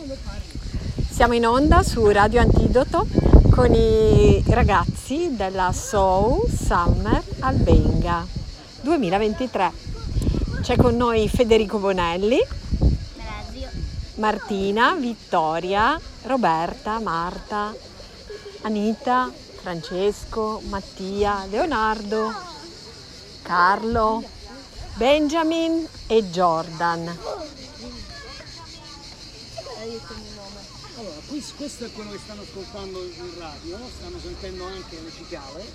Siamo in onda su Radio Antidoto con i ragazzi della Soul Summer Albenga 2023. C'è con noi Federico Bonelli, Martina, Vittoria, Roberta, Marta, Anita, Francesco, Mattia, Leonardo, Carlo, Benjamin e Jordan. Allora, questo è quello che stanno ascoltando in radio, stanno sentendo anche le cicale.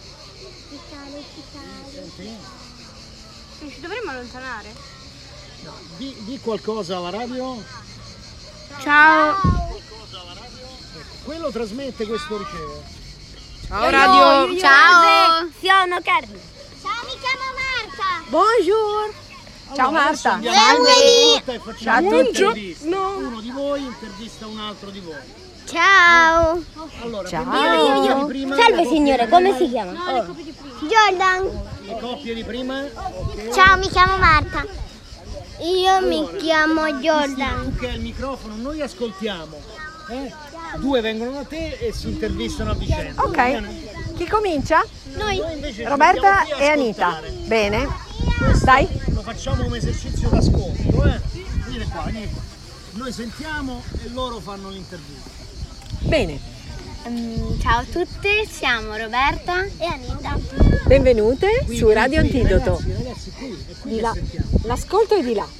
Senti? Non ci dovremmo allontanare? No, di qualcosa alla radio. Ciao! Qualcosa alla radio. Ecco, quello trasmette, questo riceve. Ciao Radio! Ciao! Sono Carlo. Ciao, mi chiamo Marta. Bonjour! Ciao Allora, adesso Marta! andiamo avanti e facciamo Ciao a tutti. un'intervista. Uno di voi intervista un altro di voi. Ciao. Allora, Ciao. prendiamo le coppie di prima, le Salve coppie signore, di come prima. si chiama? Jordan. Le coppie di prima. Ok. Ciao, mi chiamo Marta. Io Allora, mi chiamo Cristina, Jordan. tu che hai il microfono, noi ascoltiamo. Due vengono da te e si intervistano a vicenda. Ok, Bene? chi comincia? Noi invece ci Roberta mettiamo qui a e Anita. ascoltare. Bene, Questo dai. lo facciamo come esercizio d'ascolto. Vieni qua, vieni qua. Noi sentiamo e loro fanno l'intervista. Bene, Ciao a tutti, siamo Roberta e Anita. benvenute Qui, su qui, Radio qui, Antidoto. Ragazzi, qui, è qui Di che là. sentiamo. L'ascolto è di là.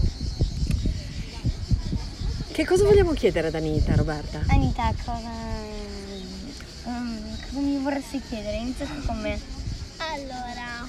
Che cosa vogliamo chiedere ad Anita, Roberta? Anita, cosa mi vorresti chiedere? Inizia tu con me. Allora,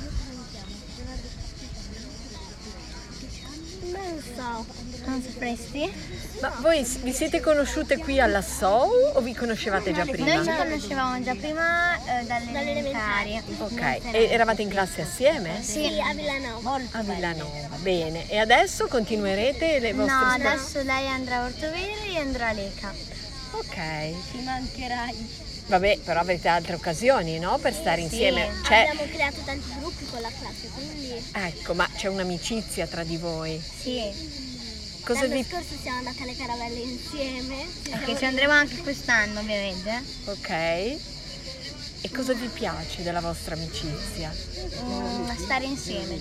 non so. Non sapresti? Ma voi vi siete conosciute qui alla SOU o vi conoscevate già prima? Noi ci conoscevamo già prima dalle elementari. Ok, e eravate in classe assieme? Sì, a Villanova. A Villanova, bene. E adesso continuerete le vostre No, scuole? adesso lei andrà a Ortovere e io andrò a Leca. Ok, Ti mancherai. vabbè, però avete altre occasioni, no? Per stare insieme. C'è, Abbiamo creato tanti gruppi con la classe, quindi... ecco, ma c'è un'amicizia tra di voi. Sì. Cosa L'anno vi... scorso siamo andate alle caravelle insieme. Perché ci andremo anche quest'anno, ovviamente. Ok. E cosa vi piace della vostra amicizia? Stare insieme,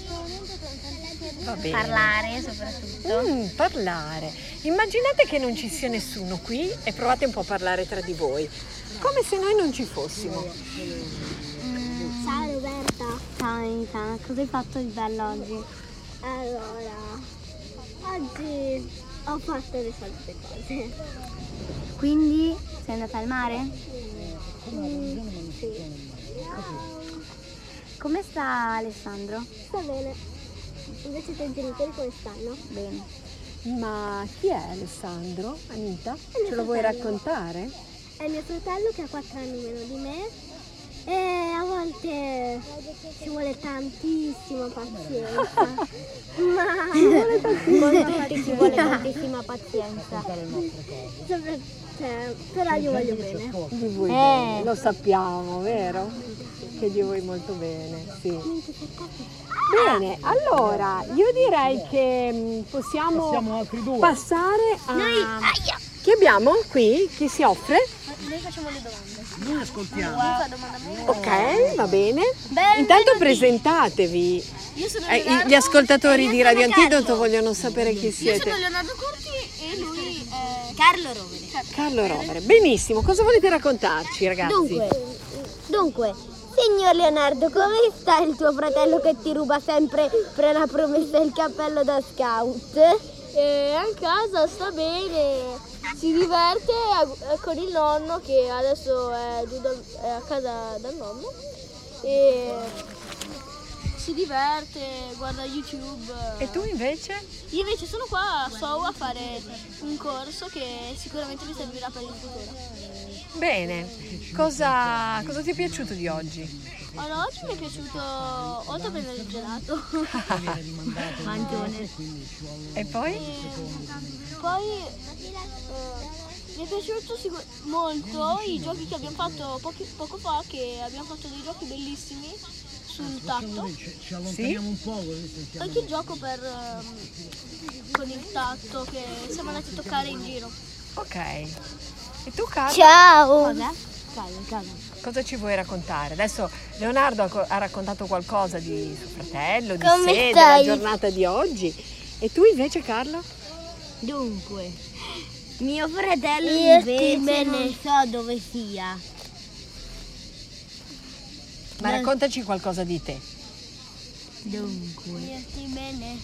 Va bene. parlare soprattutto. Parlare. Immaginate che non ci sia nessuno qui e provate un po' a parlare tra di voi, come se noi non ci fossimo. Ciao Roberta. Ciao Anita, cosa hai fatto di bello oggi? Allora, oggi ho fatto le solite cose. Quindi sei andata al mare? Sì. Come sta Alessandro? Sta bene. Invece i tuoi genitori come stanno? Bene. Ma chi è Alessandro? Anita? mio Ce lo vuoi fratello. raccontare? È mio fratello che ha 4 anni meno di me e a volte ci vuole tantissima pazienza. Ma con tutti ci vuole tantissima pazienza. Però io voglio bene. Di voi bene, lo sappiamo, vero? Che di voi molto bene, sì. Bene, allora io direi che possiamo Passiamo altri due. passare a... Chi abbiamo qui? Chi si offre? Noi facciamo le domande. Noi ascoltiamo. Fa domanda a me. Ok, va bene. Benvenuti. Intanto presentatevi. Io sono Gli ascoltatori e di io Radio sono Antidoto Carlo. vogliono sapere chi Io siete. sono Leonardo Corti e lui è Carlo Rovere. Carlo Rovere. Benissimo, cosa volete raccontarci, ragazzi? Dunque, signor Leonardo, come sta il tuo fratello che ti ruba sempre per la promessa il cappello da scout? A casa sta bene, si diverte con il nonno che adesso è a casa dal nonno e si diverte, guarda YouTube. E tu invece? Io invece sono qua a SOU a fare un corso che sicuramente mi servirà per il futuro. Bene, cosa ti è piaciuto di oggi? Allora, oggi mi è piaciuto, oltre a prendere il gelato, E poi? poi mi è piaciuto molto i giochi che abbiamo fatto poco fa, che abbiamo fatto dei giochi bellissimi sul tatto. Ci allontaniamo un po' così sentiamo. Anche il gioco per con il tatto che siamo andati a toccare in giro. Ok. E tu, Carlo? Ciao! Cosa ci vuoi raccontare? Adesso Leonardo ha raccontato qualcosa di suo fratello, di Come sé, stai? della giornata di oggi. E tu invece, Carlo? Dunque, mio fratello Io ti invece bene. non so dove sia. Ma raccontaci qualcosa di te. Dunque, Dirti bene.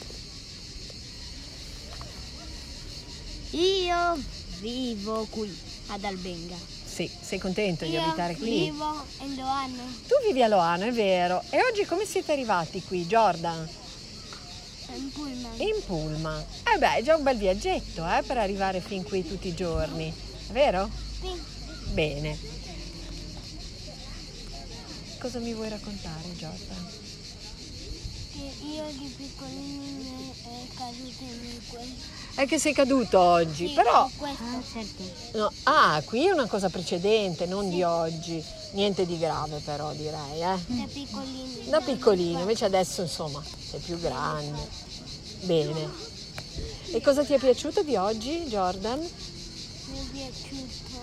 io vivo qui ad Albenga. Sì, sei contento di Io abitare qui? vivo a Loano. Tu vivi a Loano, è vero. E oggi come siete arrivati qui, Jordan? In pullman. In pullman. Beh, è già un bel viaggetto, per arrivare fin qui tutti i giorni. È vero? Sì. Bene. Cosa mi vuoi raccontare, Jordan? Che io di piccolini mi è caduto in questo. È che sei caduto oggi, però... Certo. No, qui è una cosa precedente, non di oggi. Niente di grave però, direi, Da piccolini. Da piccolino, invece adesso insomma sei più grande. Bene. E cosa ti è piaciuto di oggi, Jordan? Mi è piaciuto.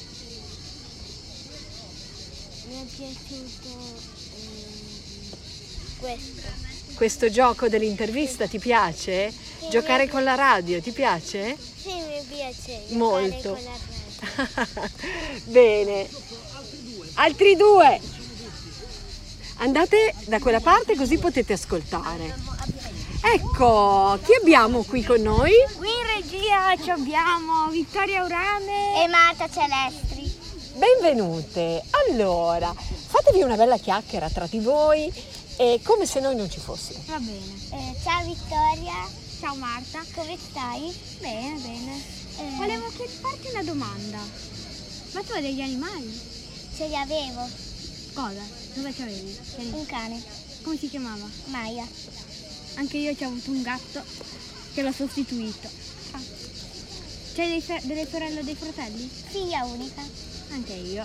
Questo. Questo gioco dell'intervista ti piace? Giocare con la radio, ti piace? Sì, mi piace. giocare Molto. con la radio. Bene. Altri due. Andate da quella parte così potete ascoltare. Ecco, chi abbiamo qui con noi? Qui in regia abbiamo Vittoria Urame. E Marta Celestri. Benvenute. Allora, fatevi una bella chiacchiera tra di voi, come se noi non ci fossimo. Va bene. Ciao Vittoria. Ciao Marta. Come stai? Bene, bene. Volevo farti una domanda. Ma tu hai degli animali? Ce li avevo. Cosa? Dove c'avevi? Un cane. Come si chiamava? Maya. Anche io ci ho avuto un gatto che l'ho sostituito. C'hai delle sorelle o dei fratelli? Figlia unica. Anche io.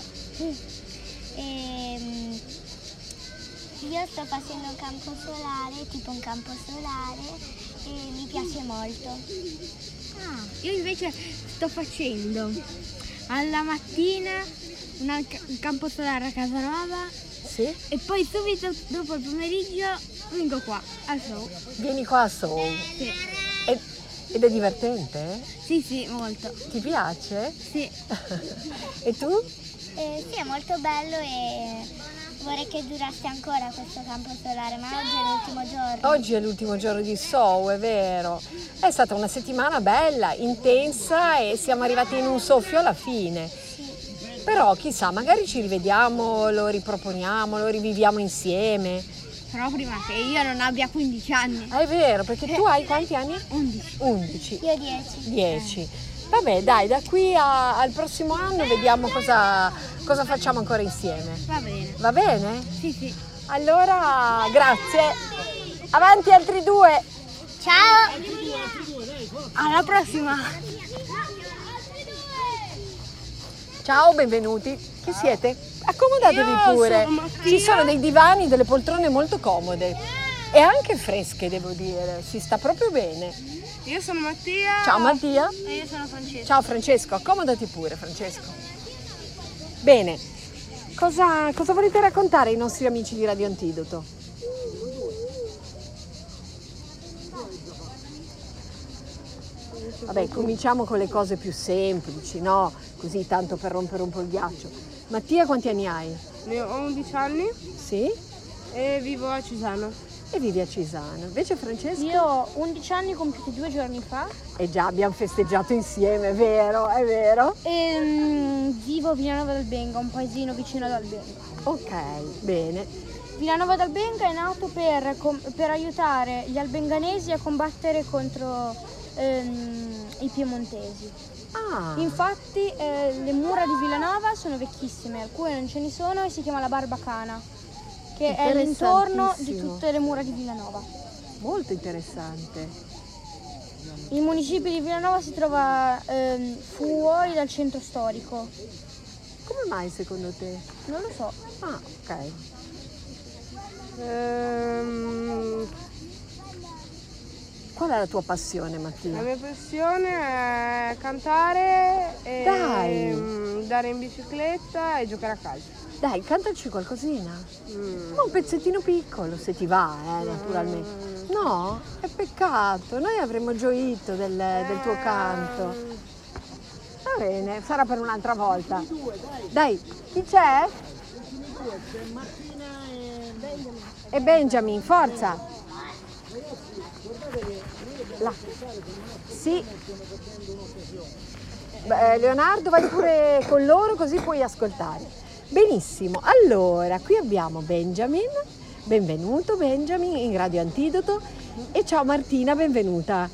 Io sto facendo un campo solare, tipo un campo solare, e mi piace molto. Io invece sto facendo alla mattina un campo solare a casa nuova Sì? e poi subito dopo il pomeriggio vengo qua al show. Vieni qua a Soul. Sì, Ed è divertente? sì, molto. Ti piace? Sì. E tu? Sì, è molto bello e vorrei che durasse ancora questo campo solare, ma oggi è l'ultimo giorno. Oggi è l'ultimo giorno di Soul, è vero. È stata una settimana bella, intensa e siamo arrivati in un soffio alla fine. Però chissà, magari ci rivediamo, lo riproponiamo, lo riviviamo insieme. Però prima che io non abbia 15 anni. È vero, perché tu hai quanti anni? 11. 11. Io 10. 10. Vabbè, dai, da qui al prossimo anno vediamo cosa facciamo ancora insieme. Va bene. Va bene? Sì. Allora, grazie. Avanti altri due. Ciao! Alla prossima. Ciao, benvenuti. Chi siete? Accomodatevi pure. sono Mattia. Ci sono dei divani, delle poltrone molto comode e anche fresche, devo dire. Si sta proprio bene. Io sono Mattia. Ciao Mattia. E io sono Francesca. Ciao Francesco, accomodati pure Francesco. Bene, cosa volete raccontare ai nostri amici di Radio Antidoto? Vabbè, cominciamo con le cose più semplici, no? Così tanto per rompere un po' il ghiaccio. Mattia, quanti anni hai? Ne ho 11 anni Sì? e vivo a Cesano. E vivi a Cesano. Invece Francesco? Io ho 11 anni compiuti 2 giorni fa E già abbiamo festeggiato insieme, è vero, è vero? e vivo a Villanova d'Albenga, un paesino vicino ad Albenga. Ok, bene. Villanova d'Albenga è nato per aiutare gli albenganesi a combattere contro i piemontesi. Ah, Infatti le mura di Villanova sono vecchissime, alcune non ce ne sono e si chiama la Barbacana, che è l'intorno di Interessantissimo. tutte le mura di Villanova. molto interessante. Il municipio di Villanova si trova fuori dal centro storico. Come mai secondo te? Non lo so. Ah, ok. qual è la tua passione, Mattia? La mia passione è cantare, e andare in bicicletta e giocare a calcio. Dai, cantaci qualcosina. Un pezzettino piccolo, se ti va, naturalmente. No? È peccato, noi avremmo gioito del tuo canto. Va bene, sarà per un'altra volta. Dai, chi c'è? C'è Martina e Benjamin. E Benjamin, forza. Là. Sì. Beh, Leonardo, vai pure con loro così puoi ascoltare. Benissimo, allora qui abbiamo Benjamin, benvenuto Benjamin in Radio Antidoto e ciao Martina, benvenuta.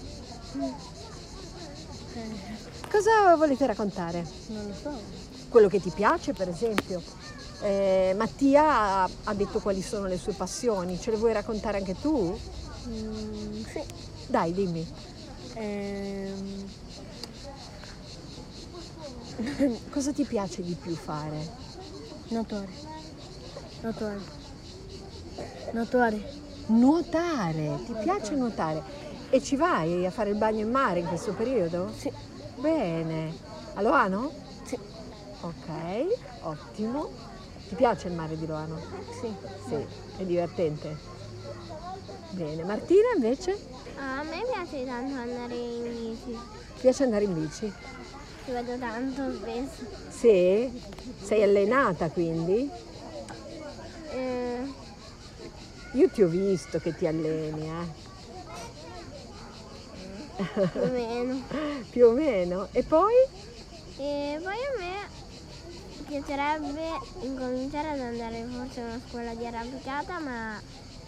Cosa volete raccontare? Non lo so. Quello che ti piace per esempio. Mattia ha detto quali sono le sue passioni, ce le vuoi raccontare anche tu? Sì. Dai, dimmi. Cosa ti piace di più fare? Nuotare. Nuotare, ti piace nuotare? E ci vai a fare il bagno in mare in questo periodo? Sì. Bene. A Loano? Sì. Ok, ottimo. Ti piace il mare di Loano? Sì. Sì, è divertente. Bene, Martina invece? A me piace tanto andare in bici, Ti piace andare in bici? ci vado tanto spesso. Sì? Sei allenata quindi? Io ti ho visto che ti alleni, Più o meno. Più o meno. E poi? E poi a me piacerebbe incominciare ad andare forse a una scuola di arrampicata, ma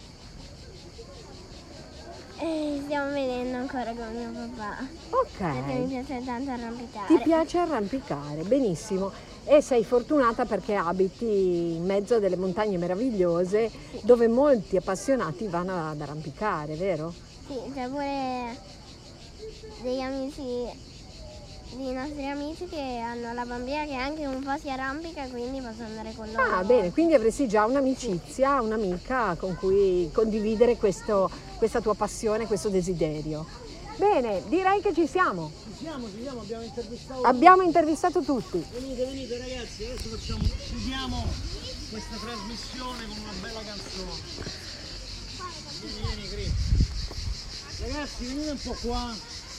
stiamo vedendo ancora con mio papà. Perché mi Ok. piace tanto arrampicare. Ti piace arrampicare, benissimo. E sei fortunata perché abiti in mezzo a delle montagne meravigliose dove molti appassionati vanno ad arrampicare, vero? Sì, c'è pure dei nostri amici che hanno la bambina che anche un po' si arrampica, quindi posso andare con loro. Ah, bene, quindi avresti già un'amicizia, un'amica con cui condividere questa tua passione, questo desiderio. Bene, direi che ci siamo. Ci siamo, abbiamo intervistato. Abbiamo intervistato tutti. Venite ragazzi, adesso chiudiamo questa trasmissione con una bella canzone. Vieni Chris. Ragazzi, venite un po' qua.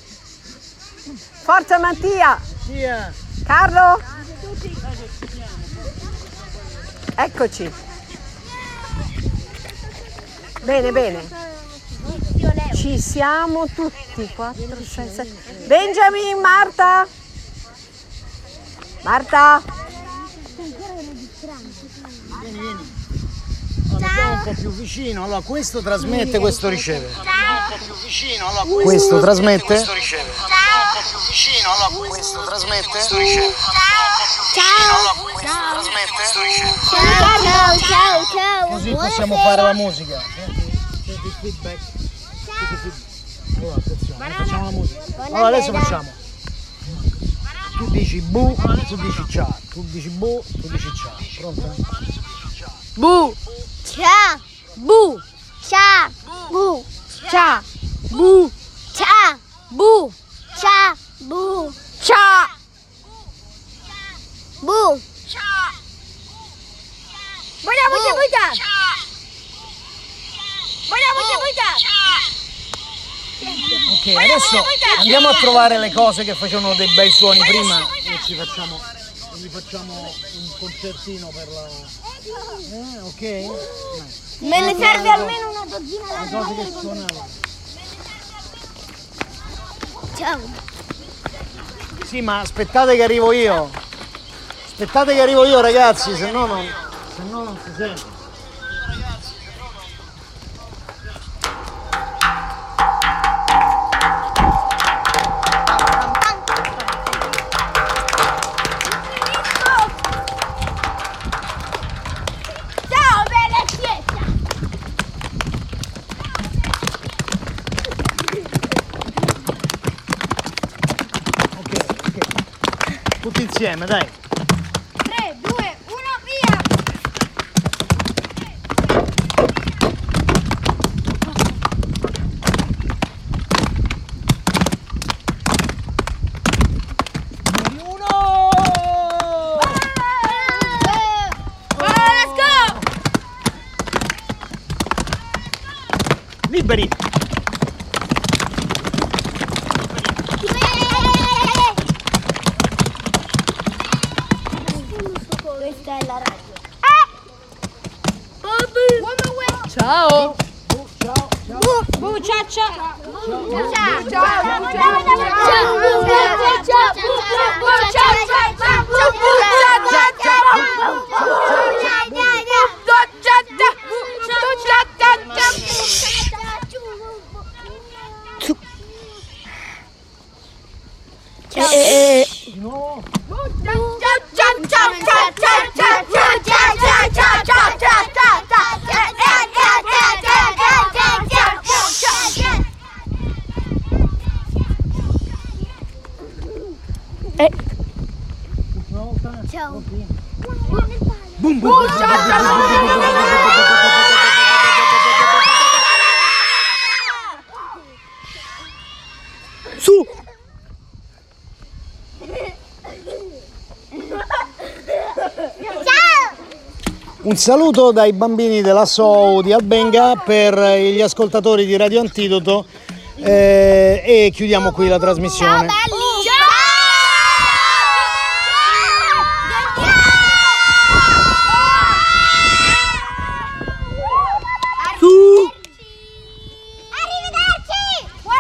Forza Mattia! Via. Carlo? Eccoci. Bene, bene. Ci siamo tutti. 4, 6, 7. Benjamin, Marta? Marta? Vieni. Andiamo un po' più vicino. Allora, questo trasmette, questo riceve. Un po' più vicino. Allora, questo trasmette, questo riceve. Un po' più vicino. Allora, questo trasmette, questo riceve. Ciao! Questo trasmette, questo riceve. Ciao! Così possiamo fare la musica. Senti il feedback. Allora, attenzione, facciamo la musica. Allora, adesso facciamo. Tu dici bu, tu dici ciao. Tu dici bu, tu dici ciao. Pronta? Bu! Ciao! Bu! Ciao! Bu! Ciao! Bu! Ciao! Bu! Ciao! Bu! Ciao! Bu! Ok, adesso andiamo a trovare le cose che facevano dei bei suoni prima e gli facciamo un concertino per la... ok? Me ne serve almeno una dozzina Le cose che suonavano. Ciao! Sì, ma aspettate che arrivo io. Aspettate che arrivo io, ragazzi, se no non si sente. Ciao, bella siesta! Ok. Tutti insieme, dai. 3, 2, 1, via! liberi. Questa è la radio. Ciao! Ciao. Boom, boom. Su! Un saluto dai bambini della SOU di Albenga per gli ascoltatori di Radio Antidoto e chiudiamo qui la trasmissione.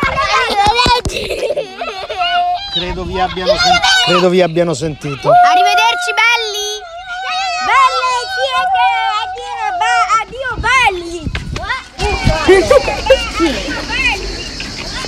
Credo vi abbiano sentito. Arrivederci.